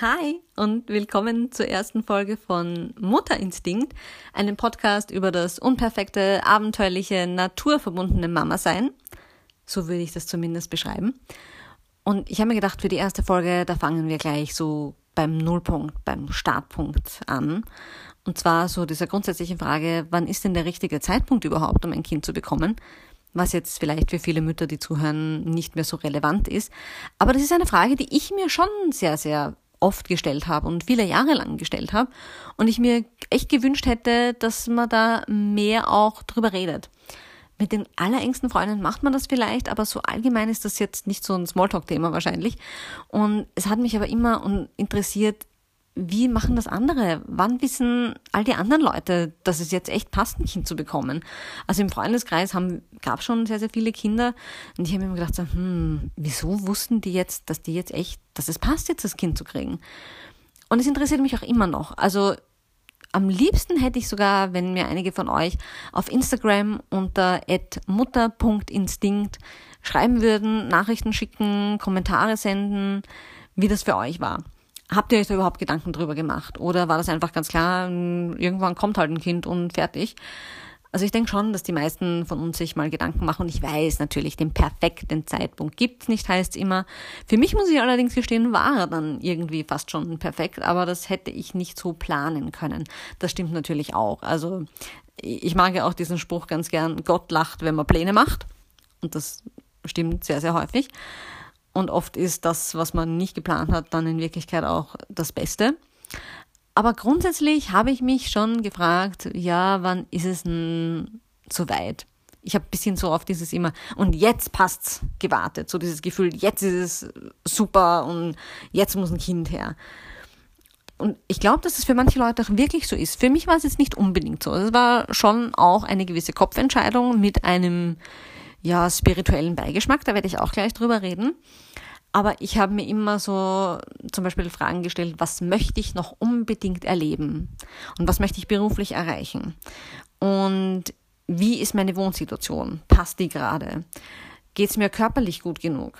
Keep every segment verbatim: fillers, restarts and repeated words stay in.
Hi und willkommen zur ersten Folge von Mutterinstinkt, einem Podcast über das unperfekte, abenteuerliche, naturverbundene Mama-Sein. So würde ich das zumindest beschreiben. Und ich habe mir gedacht, für die erste Folge, da fangen wir gleich so beim Nullpunkt, beim Startpunkt an. Und zwar so dieser grundsätzlichen Frage, wann ist denn der richtige Zeitpunkt überhaupt, um ein Kind zu bekommen? Was jetzt vielleicht für viele Mütter, die zuhören, nicht mehr so relevant ist. Aber das ist eine Frage, die ich mir schon sehr, sehr oft gestellt habe und viele Jahre lang gestellt habe. Und ich mir echt gewünscht hätte, dass man da mehr auch drüber redet. Mit den allerengsten Freunden macht man das vielleicht, aber so allgemein ist das jetzt nicht so ein Smalltalk-Thema wahrscheinlich. Und es hat mich aber immer interessiert, wie machen das andere? Wann wissen all die anderen Leute, dass es jetzt echt passt, ein Kind zu bekommen? Also im Freundeskreis gab es schon sehr, sehr viele Kinder und ich habe mir immer gedacht, so, hm, wieso wussten die jetzt, dass die jetzt echt, dass es passt, jetzt das Kind zu kriegen? Und es interessiert mich auch immer noch. Also am liebsten hätte ich sogar, wenn mir einige von euch auf Instagram unter at mutter punkt instinkt schreiben würden, Nachrichten schicken, Kommentare senden, wie das für euch war. Habt ihr euch da überhaupt Gedanken drüber gemacht? Oder war das einfach ganz klar, irgendwann kommt halt ein Kind und fertig? Also ich denke schon, dass die meisten von uns sich mal Gedanken machen. Und ich weiß natürlich, den perfekten Zeitpunkt gibt's nicht, heißt es immer. Für mich muss ich allerdings gestehen, war er dann irgendwie fast schon perfekt. Aber das hätte ich nicht so planen können. Das stimmt natürlich auch. Also ich mag ja auch diesen Spruch ganz gern, Gott lacht, wenn man Pläne macht. Und das stimmt sehr, sehr häufig. Und oft ist das, was man nicht geplant hat, dann in Wirklichkeit auch das Beste. Aber grundsätzlich habe ich mich schon gefragt, ja, wann ist es denn soweit? Ich habe ein bisschen so auf dieses immer, und jetzt passt's, gewartet. So dieses Gefühl, jetzt ist es super und jetzt muss ein Kind her. Und ich glaube, dass es für manche Leute auch wirklich so ist. Für mich war es jetzt nicht unbedingt so. Es war schon auch eine gewisse Kopfentscheidung mit einem ja, spirituellen Beigeschmack, da werde ich auch gleich drüber reden. Aber ich habe mir immer so zum Beispiel Fragen gestellt, was möchte ich noch unbedingt erleben? Und was möchte ich beruflich erreichen? Und wie ist meine Wohnsituation? Passt die gerade? Geht es mir körperlich gut genug?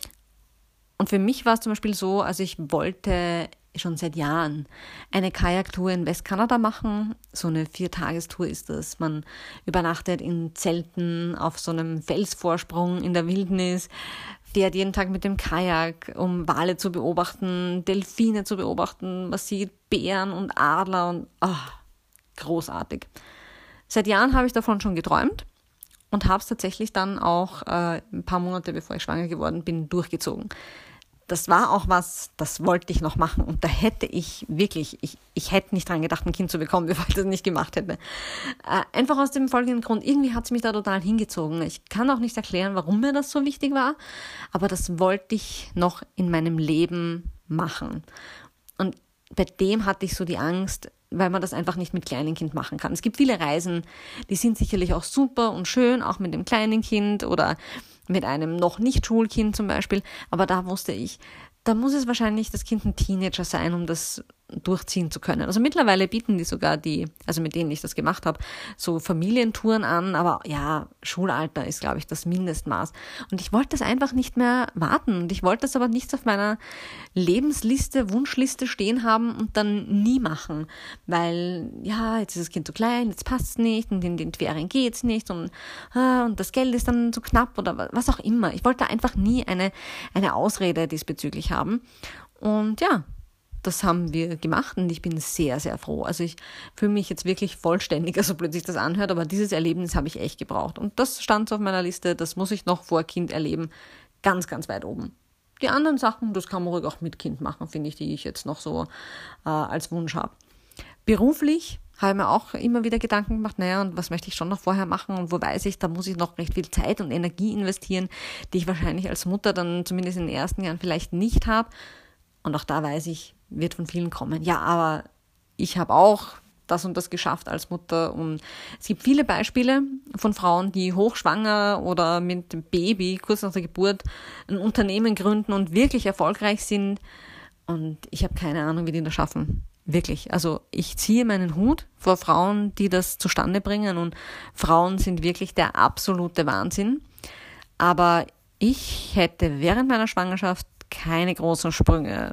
Und für mich war es zum Beispiel so, also ich wollte schon seit Jahren eine Kajaktour in Westkanada machen. So eine Viertagestour ist das. Man übernachtet in Zelten auf so einem Felsvorsprung in der Wildnis, fährt jeden Tag mit dem Kajak, um Wale zu beobachten, Delfine zu beobachten. Man sieht Bären und Adler und oh, großartig. Seit Jahren habe ich davon schon geträumt und habe es tatsächlich dann auch äh, ein paar Monate, bevor ich schwanger geworden bin, durchgezogen. Das war auch was, das wollte ich noch machen. Und da hätte ich wirklich, ich, ich hätte nicht dran gedacht, ein Kind zu bekommen, bevor ich das nicht gemacht hätte. Äh, einfach aus dem folgenden Grund, irgendwie hat es mich da total hingezogen. Ich kann auch nicht erklären, warum mir das so wichtig war, aber das wollte ich noch in meinem Leben machen. Und bei dem hatte ich so die Angst, weil man das einfach nicht mit kleinem Kind machen kann. Es gibt viele Reisen, die sind sicherlich auch super und schön, auch mit dem kleinen Kind oder mit einem noch nicht Schulkind zum Beispiel. Aber da wusste ich, da muss es wahrscheinlich das Kind ein Teenager sein, um das durchziehen zu können. Also mittlerweile bieten die sogar die, also mit denen ich das gemacht habe, so Familientouren an, aber ja, Schulalter ist, glaube ich, das Mindestmaß. Und ich wollte das einfach nicht mehr warten und ich wollte das aber nicht auf meiner Lebensliste, Wunschliste stehen haben und dann nie machen, weil ja, jetzt ist das Kind zu klein, jetzt passt es nicht und in den Ferien geht's nicht und, ah, und das Geld ist dann zu knapp oder was auch immer. Ich wollte einfach nie eine, eine Ausrede diesbezüglich haben und ja, das haben wir gemacht und ich bin sehr, sehr froh. Also ich fühle mich jetzt wirklich vollständiger, so blöd sich das anhört, aber dieses Erlebnis habe ich echt gebraucht. Und das stand so auf meiner Liste, das muss ich noch vor Kind erleben, ganz, ganz weit oben. Die anderen Sachen, das kann man ruhig auch mit Kind machen, finde ich, die ich jetzt noch so äh, als Wunsch habe. Beruflich habe ich mir auch immer wieder Gedanken gemacht, naja, und was möchte ich schon noch vorher machen und wo weiß ich, da muss ich noch recht viel Zeit und Energie investieren, die ich wahrscheinlich als Mutter dann zumindest in den ersten Jahren vielleicht nicht habe. Und auch da weiß ich, wird von vielen kommen. Ja, aber ich habe auch das und das geschafft als Mutter. Und es gibt viele Beispiele von Frauen, die hochschwanger oder mit dem Baby kurz nach der Geburt ein Unternehmen gründen und wirklich erfolgreich sind. Und ich habe keine Ahnung, wie die das schaffen. Wirklich. Also ich ziehe meinen Hut vor Frauen, die das zustande bringen. Und Frauen sind wirklich der absolute Wahnsinn. Aber ich hätte während meiner Schwangerschaft keine großen Sprünge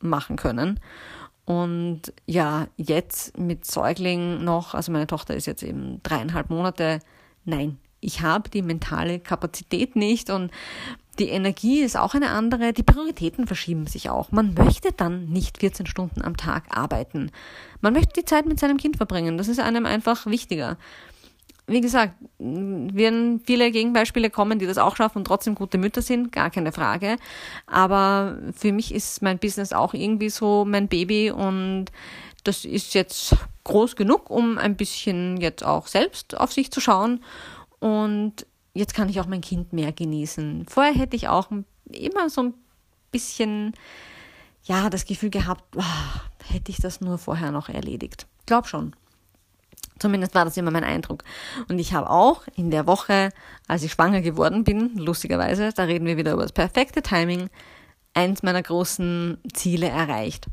machen können. Und ja, jetzt mit Säugling noch, also meine Tochter ist jetzt eben dreieinhalb Monate, nein, ich habe die mentale Kapazität nicht und die Energie ist auch eine andere, die Prioritäten verschieben sich auch. Man möchte dann nicht vierzehn Stunden am Tag arbeiten. Man möchte die Zeit mit seinem Kind verbringen, das ist einem einfach wichtiger. Wie gesagt, werden viele Gegenbeispiele kommen, die das auch schaffen und trotzdem gute Mütter sind, gar keine Frage. Aber für mich ist mein Business auch irgendwie so mein Baby und das ist jetzt groß genug, um ein bisschen jetzt auch selbst auf sich zu schauen. Und jetzt kann ich auch mein Kind mehr genießen. Vorher hätte ich auch immer so ein bisschen, ja, das Gefühl gehabt, oh, hätte ich das nur vorher noch erledigt. Glaub schon. Zumindest war das immer mein Eindruck. Und ich habe auch in der Woche, als ich schwanger geworden bin, lustigerweise, da reden wir wieder über das perfekte Timing, eins meiner großen Ziele erreicht.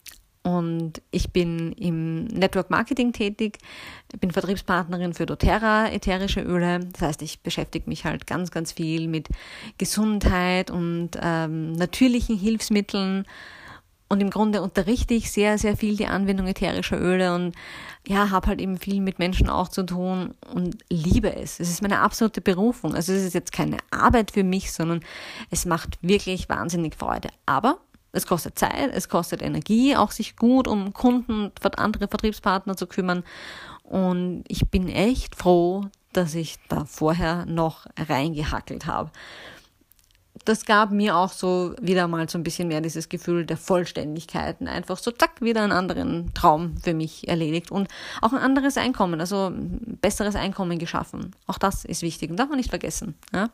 Und ich bin im Network Marketing tätig, bin Vertriebspartnerin für doTERRA, ätherische Öle. Das heißt, ich beschäftige mich halt ganz, ganz viel mit Gesundheit und ähm, natürlichen Hilfsmitteln. Und im Grunde unterrichte ich sehr, sehr viel die Anwendung ätherischer Öle und ja, habe halt eben viel mit Menschen auch zu tun und liebe es. Es ist meine absolute Berufung. Also es ist jetzt keine Arbeit für mich, sondern es macht wirklich wahnsinnig Freude. Aber es kostet Zeit, es kostet Energie, auch sich gut um Kunden und andere Vertriebspartner zu kümmern. Und ich bin echt froh, dass ich da vorher noch reingehackelt habe. Das gab mir auch so wieder mal so ein bisschen mehr dieses Gefühl der Vollständigkeit. Einfach so zack, wieder einen anderen Traum für mich erledigt und auch ein anderes Einkommen, also ein besseres Einkommen geschaffen. Auch das ist wichtig und darf man nicht vergessen. Ja?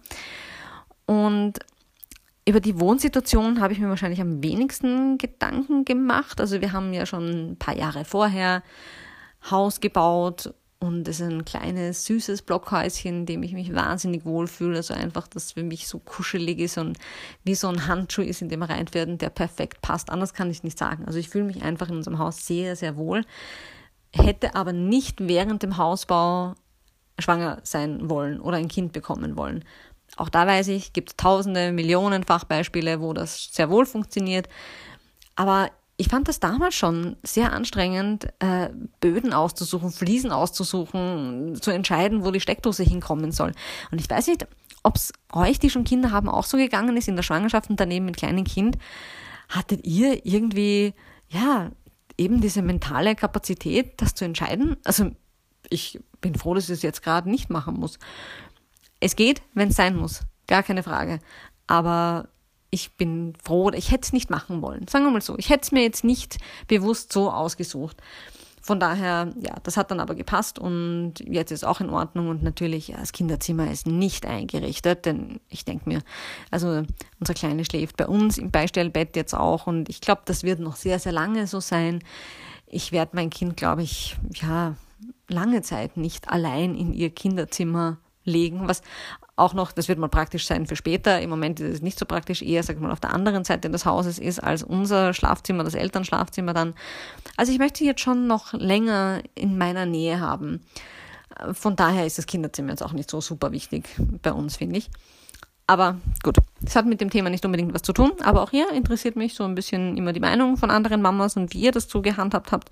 Und über die Wohnsituation habe ich mir wahrscheinlich am wenigsten Gedanken gemacht. Also wir haben ja schon ein paar Jahre vorher Haus gebaut und es ist ein kleines, süßes Blockhäuschen, in dem ich mich wahnsinnig wohlfühle. Also einfach, dass für mich so kuschelig ist und wie so ein Handschuh ist, in dem man reinfährt und der perfekt passt. Anders kann ich es nicht sagen. Also ich fühle mich einfach in unserem Haus sehr, sehr wohl. Hätte aber nicht während dem Hausbau schwanger sein wollen oder ein Kind bekommen wollen. Auch da weiß ich, gibt es tausende, Millionen Fachbeispiele, wo das sehr wohl funktioniert. Aber ich fand das damals schon sehr anstrengend, äh, Böden auszusuchen, Fliesen auszusuchen, zu entscheiden, wo die Steckdose hinkommen soll. Und ich weiß nicht, ob es euch, die schon Kinder haben, auch so gegangen ist in der Schwangerschaft und daneben mit kleinem Kind. Hattet ihr irgendwie, ja, eben diese mentale Kapazität, das zu entscheiden? Also ich bin froh, dass ich es jetzt gerade nicht machen muss. Es geht, wenn es sein muss, gar keine Frage. Aber ich bin froh, ich hätte es nicht machen wollen. Sagen wir mal so, ich hätte es mir jetzt nicht bewusst so ausgesucht. Von daher, ja, das hat dann aber gepasst und jetzt ist auch in Ordnung und natürlich, ja, das Kinderzimmer ist nicht eingerichtet, denn ich denke mir, also unser Kleine schläft bei uns im Beistellbett jetzt auch und ich glaube, das wird noch sehr, sehr lange so sein. Ich werde mein Kind, glaube ich, ja, lange Zeit nicht allein in ihr Kinderzimmer legen, was auch noch, das wird mal praktisch sein für später. Im Moment ist es nicht so praktisch, eher, sag mal, auf der anderen Seite des Hauses ist als unser Schlafzimmer, das Elternschlafzimmer dann. Also ich möchte jetzt schon noch länger in meiner Nähe haben. Von daher ist das Kinderzimmer jetzt auch nicht so super wichtig bei uns, finde ich. Aber gut, es hat mit dem Thema nicht unbedingt was zu tun, aber auch hier interessiert mich so ein bisschen immer die Meinung von anderen Mamas und wie ihr das so gehandhabt habt.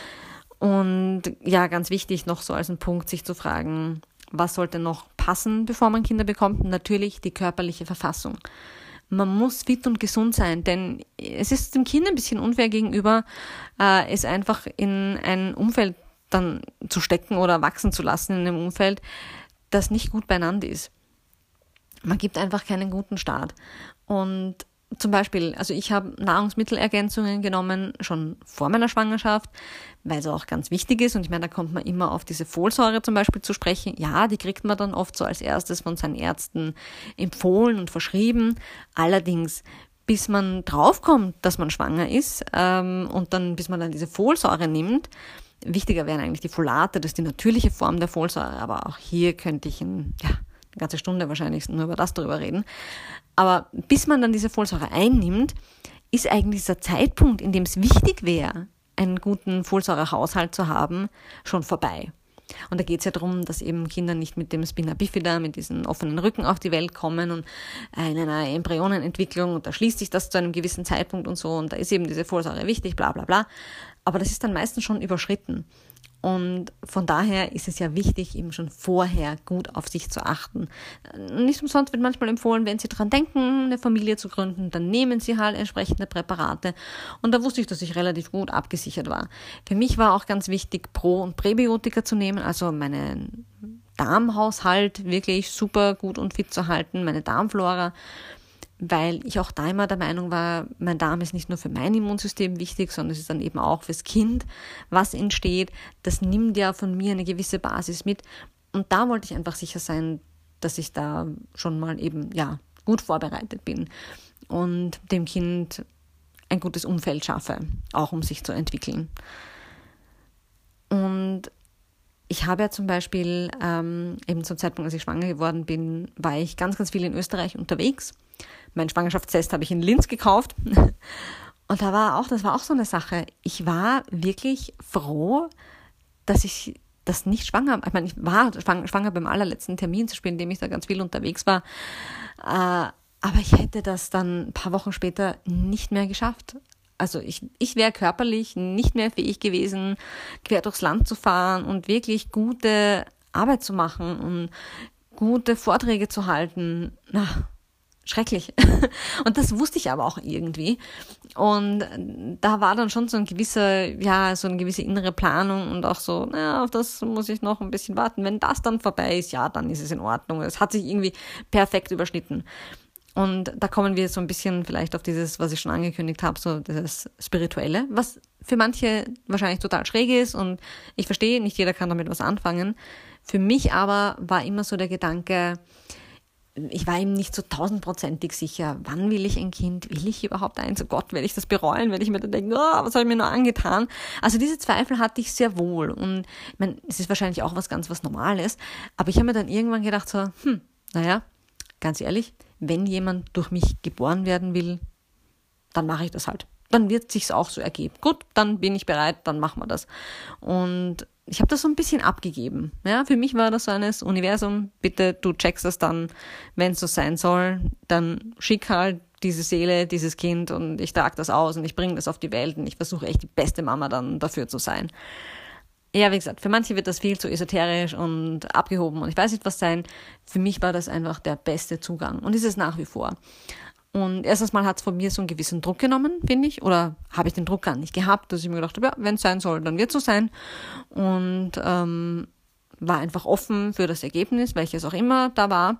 Und ja, ganz wichtig noch so als ein Punkt, sich zu fragen, was sollte noch passen, bevor man Kinder bekommt? Natürlich die körperliche Verfassung. Man muss fit und gesund sein, denn es ist dem Kind ein bisschen unfair gegenüber, äh, es einfach in ein Umfeld dann zu stecken oder wachsen zu lassen in einem Umfeld, das nicht gut beieinander ist. Man gibt einfach keinen guten Start. Und zum Beispiel, also ich habe Nahrungsmittelergänzungen genommen, schon vor meiner Schwangerschaft, weil es auch ganz wichtig ist. Und ich meine, da kommt man immer auf diese Folsäure zum Beispiel zu sprechen. Ja, die kriegt man dann oft so als erstes von seinen Ärzten empfohlen und verschrieben. Allerdings, bis man draufkommt, dass man schwanger ist ähm, und dann, bis man dann diese Folsäure nimmt, wichtiger wären eigentlich die Folate, das ist die natürliche Form der Folsäure. Aber auch hier könnte ich ein, ja, eine ganze Stunde wahrscheinlich nur über das drüber reden. Aber bis man dann diese Folsäure einnimmt, ist eigentlich dieser Zeitpunkt, in dem es wichtig wäre, einen guten Folsäurehaushalt zu haben, schon vorbei. Und da geht es ja darum, dass eben Kinder nicht mit dem Spina bifida, mit diesem offenen Rücken auf die Welt kommen und in einer Embryonenentwicklung, und da schließt sich das zu einem gewissen Zeitpunkt und so, und da ist eben diese Folsäure wichtig, bla bla bla. Aber das ist dann meistens schon überschritten. Und von daher ist es ja wichtig, eben schon vorher gut auf sich zu achten. Nicht umsonst wird manchmal empfohlen, wenn Sie dran denken, eine Familie zu gründen, dann nehmen Sie halt entsprechende Präparate. Und da wusste ich, dass ich relativ gut abgesichert war. Für mich war auch ganz wichtig, Pro- und Präbiotika zu nehmen, also meinen Darmhaushalt wirklich super gut und fit zu halten, meine Darmflora, weil ich auch da immer der Meinung war, mein Darm ist nicht nur für mein Immunsystem wichtig, sondern es ist dann eben auch fürs Kind, was entsteht. Das nimmt ja von mir eine gewisse Basis mit. Und da wollte ich einfach sicher sein, dass ich da schon mal eben, ja, gut vorbereitet bin und dem Kind ein gutes Umfeld schaffe, auch um sich zu entwickeln. Und ich habe ja zum Beispiel, ähm, eben zum Zeitpunkt, als ich schwanger geworden bin, war ich ganz, ganz viel in Österreich unterwegs. Mein Schwangerschaftstest habe ich in Linz gekauft. Und da war auch, das war auch so eine Sache. Ich war wirklich froh, dass ich das nicht schwanger, ich meine, ich war schwanger beim allerletzten Termin, zu spielen, in dem ich da ganz viel unterwegs war. Äh, aber ich hätte das dann ein paar Wochen später nicht mehr geschafft. Also ich, ich wäre körperlich nicht mehr fähig gewesen, quer durchs Land zu fahren und wirklich gute Arbeit zu machen und gute Vorträge zu halten. Na, schrecklich. Und das wusste ich aber auch irgendwie. Und da war dann schon so ein gewisser, ja, so eine gewisse innere Planung und auch so, naja, auf das muss ich noch ein bisschen warten. Wenn das dann vorbei ist, ja, dann ist es in Ordnung. Es hat sich irgendwie perfekt überschnitten. Und da kommen wir so ein bisschen vielleicht auf dieses, was ich schon angekündigt habe, so das Spirituelle, was für manche wahrscheinlich total schräg ist, und ich verstehe, nicht jeder kann damit was anfangen. Für mich aber war immer so der Gedanke, ich war eben nicht so tausendprozentig sicher, wann will ich ein Kind, will ich überhaupt eins, oh Gott, werde ich das bereuen, werde ich mir dann denken, oh, was habe ich mir nur angetan. Also diese Zweifel hatte ich sehr wohl, und ich meine, es ist wahrscheinlich auch was ganz was Normales, aber ich habe mir dann irgendwann gedacht so, hm, naja, ganz ehrlich, wenn jemand durch mich geboren werden will, dann mache ich das halt. Dann wird es sich auch so ergeben. Gut, dann bin ich bereit, dann machen wir das. Und ich habe das so ein bisschen abgegeben. Ja, für mich war das so eines Universum, bitte, du checkst das dann, wenn es so sein soll, dann schick halt diese Seele, dieses Kind, und ich trage das aus und ich bringe das auf die Welt und ich versuche echt die beste Mama dann dafür zu sein. Ja, wie gesagt, für manche wird das viel zu esoterisch und abgehoben und ich weiß nicht was sein. Für mich war das einfach der beste Zugang und ist es nach wie vor. Und erstens mal hat es von mir so einen gewissen Druck genommen, finde ich, oder habe ich den Druck gar nicht gehabt, dass ich mir gedacht habe, ja, wenn es sein soll, dann wird es so sein. Und ähm, war einfach offen für das Ergebnis, welches auch immer da war.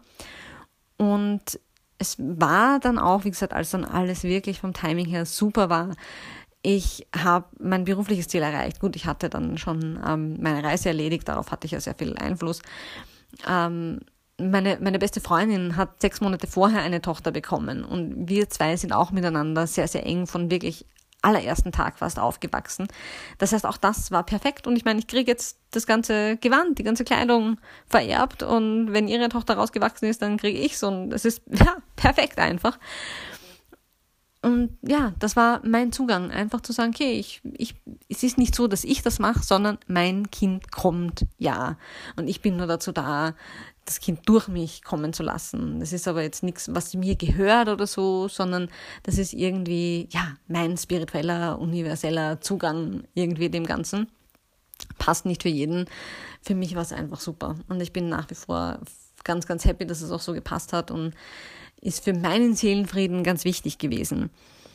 Und es war dann auch, wie gesagt, als dann alles wirklich vom Timing her super war, ich habe mein berufliches Ziel erreicht. Gut, ich hatte dann schon ähm, meine Reise erledigt, darauf hatte ich ja sehr viel Einfluss. Ähm, meine, meine beste Freundin hat sechs Monate vorher eine Tochter bekommen und wir zwei sind auch miteinander sehr, sehr eng von wirklich allerersten Tag fast aufgewachsen. Das heißt, auch das war perfekt und ich meine, ich kriege jetzt das ganze Gewand, die ganze Kleidung vererbt und wenn ihre Tochter rausgewachsen ist, dann kriege ich's und es ist ja perfekt einfach. Und ja, das war mein Zugang, einfach zu sagen, okay, ich, ich, es ist nicht so, dass ich das mache, sondern mein Kind kommt, ja. Und ich bin nur dazu da, das Kind durch mich kommen zu lassen. Das ist aber jetzt nichts, was mir gehört oder so, sondern das ist irgendwie, ja, mein spiritueller, universeller Zugang irgendwie dem Ganzen. Passt nicht für jeden. Für mich war es einfach super. Und ich bin nach wie vor ganz, ganz happy, dass es auch so gepasst hat und ist für meinen Seelenfrieden ganz wichtig gewesen.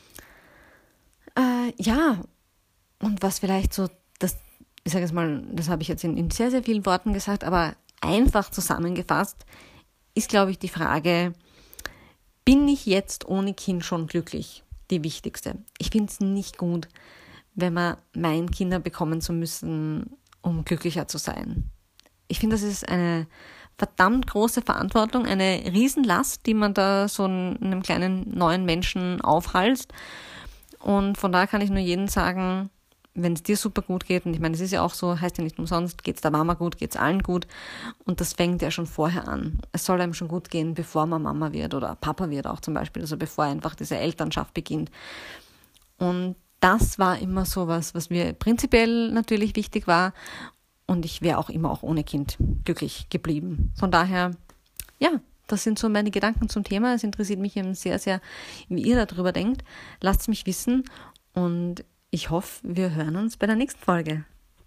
Äh, ja, und was vielleicht so, das, ich sage jetzt mal, das habe ich jetzt in, in sehr, sehr vielen Worten gesagt, aber einfach zusammengefasst ist, glaube ich, die Frage, bin ich jetzt ohne Kind schon glücklich? Die wichtigste. Ich finde es nicht gut, wenn man meint, Kinder bekommen zu müssen, um glücklicher zu sein. Ich finde, das ist eine verdammt große Verantwortung, eine Riesenlast, die man da so einem kleinen neuen Menschen aufhalst. Und von daher kann ich nur jedem sagen, wenn es dir super gut geht, und ich meine, es ist ja auch so, heißt ja nicht umsonst, geht es der Mama gut, geht es allen gut. Und das fängt ja schon vorher an. Es soll einem schon gut gehen, bevor man Mama wird oder Papa wird auch zum Beispiel, also bevor einfach diese Elternschaft beginnt. Und das war immer so was, was mir prinzipiell natürlich wichtig war. und ich wäre auch immer auch ohne Kind glücklich geblieben. Von daher, ja, das sind so meine Gedanken zum Thema. Es interessiert mich eben sehr, sehr, wie ihr darüber denkt. Lasst es mich wissen und ich hoffe, wir hören uns bei der nächsten Folge.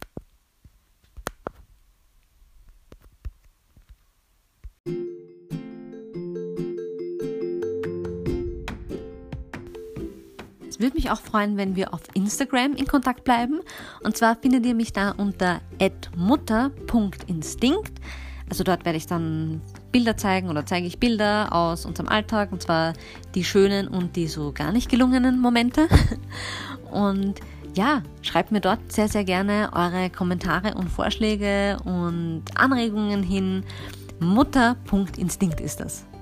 Es würde mich auch freuen, wenn wir auf Instagram in Kontakt bleiben. Und zwar findet ihr mich da unter at mutter punkt instinkt. Also dort werde ich dann Bilder zeigen oder zeige ich Bilder aus unserem Alltag. Und zwar die schönen und die so gar nicht gelungenen Momente. Und ja, schreibt mir dort sehr, sehr gerne eure Kommentare und Vorschläge und Anregungen hin. mutter punkt instinkt ist das.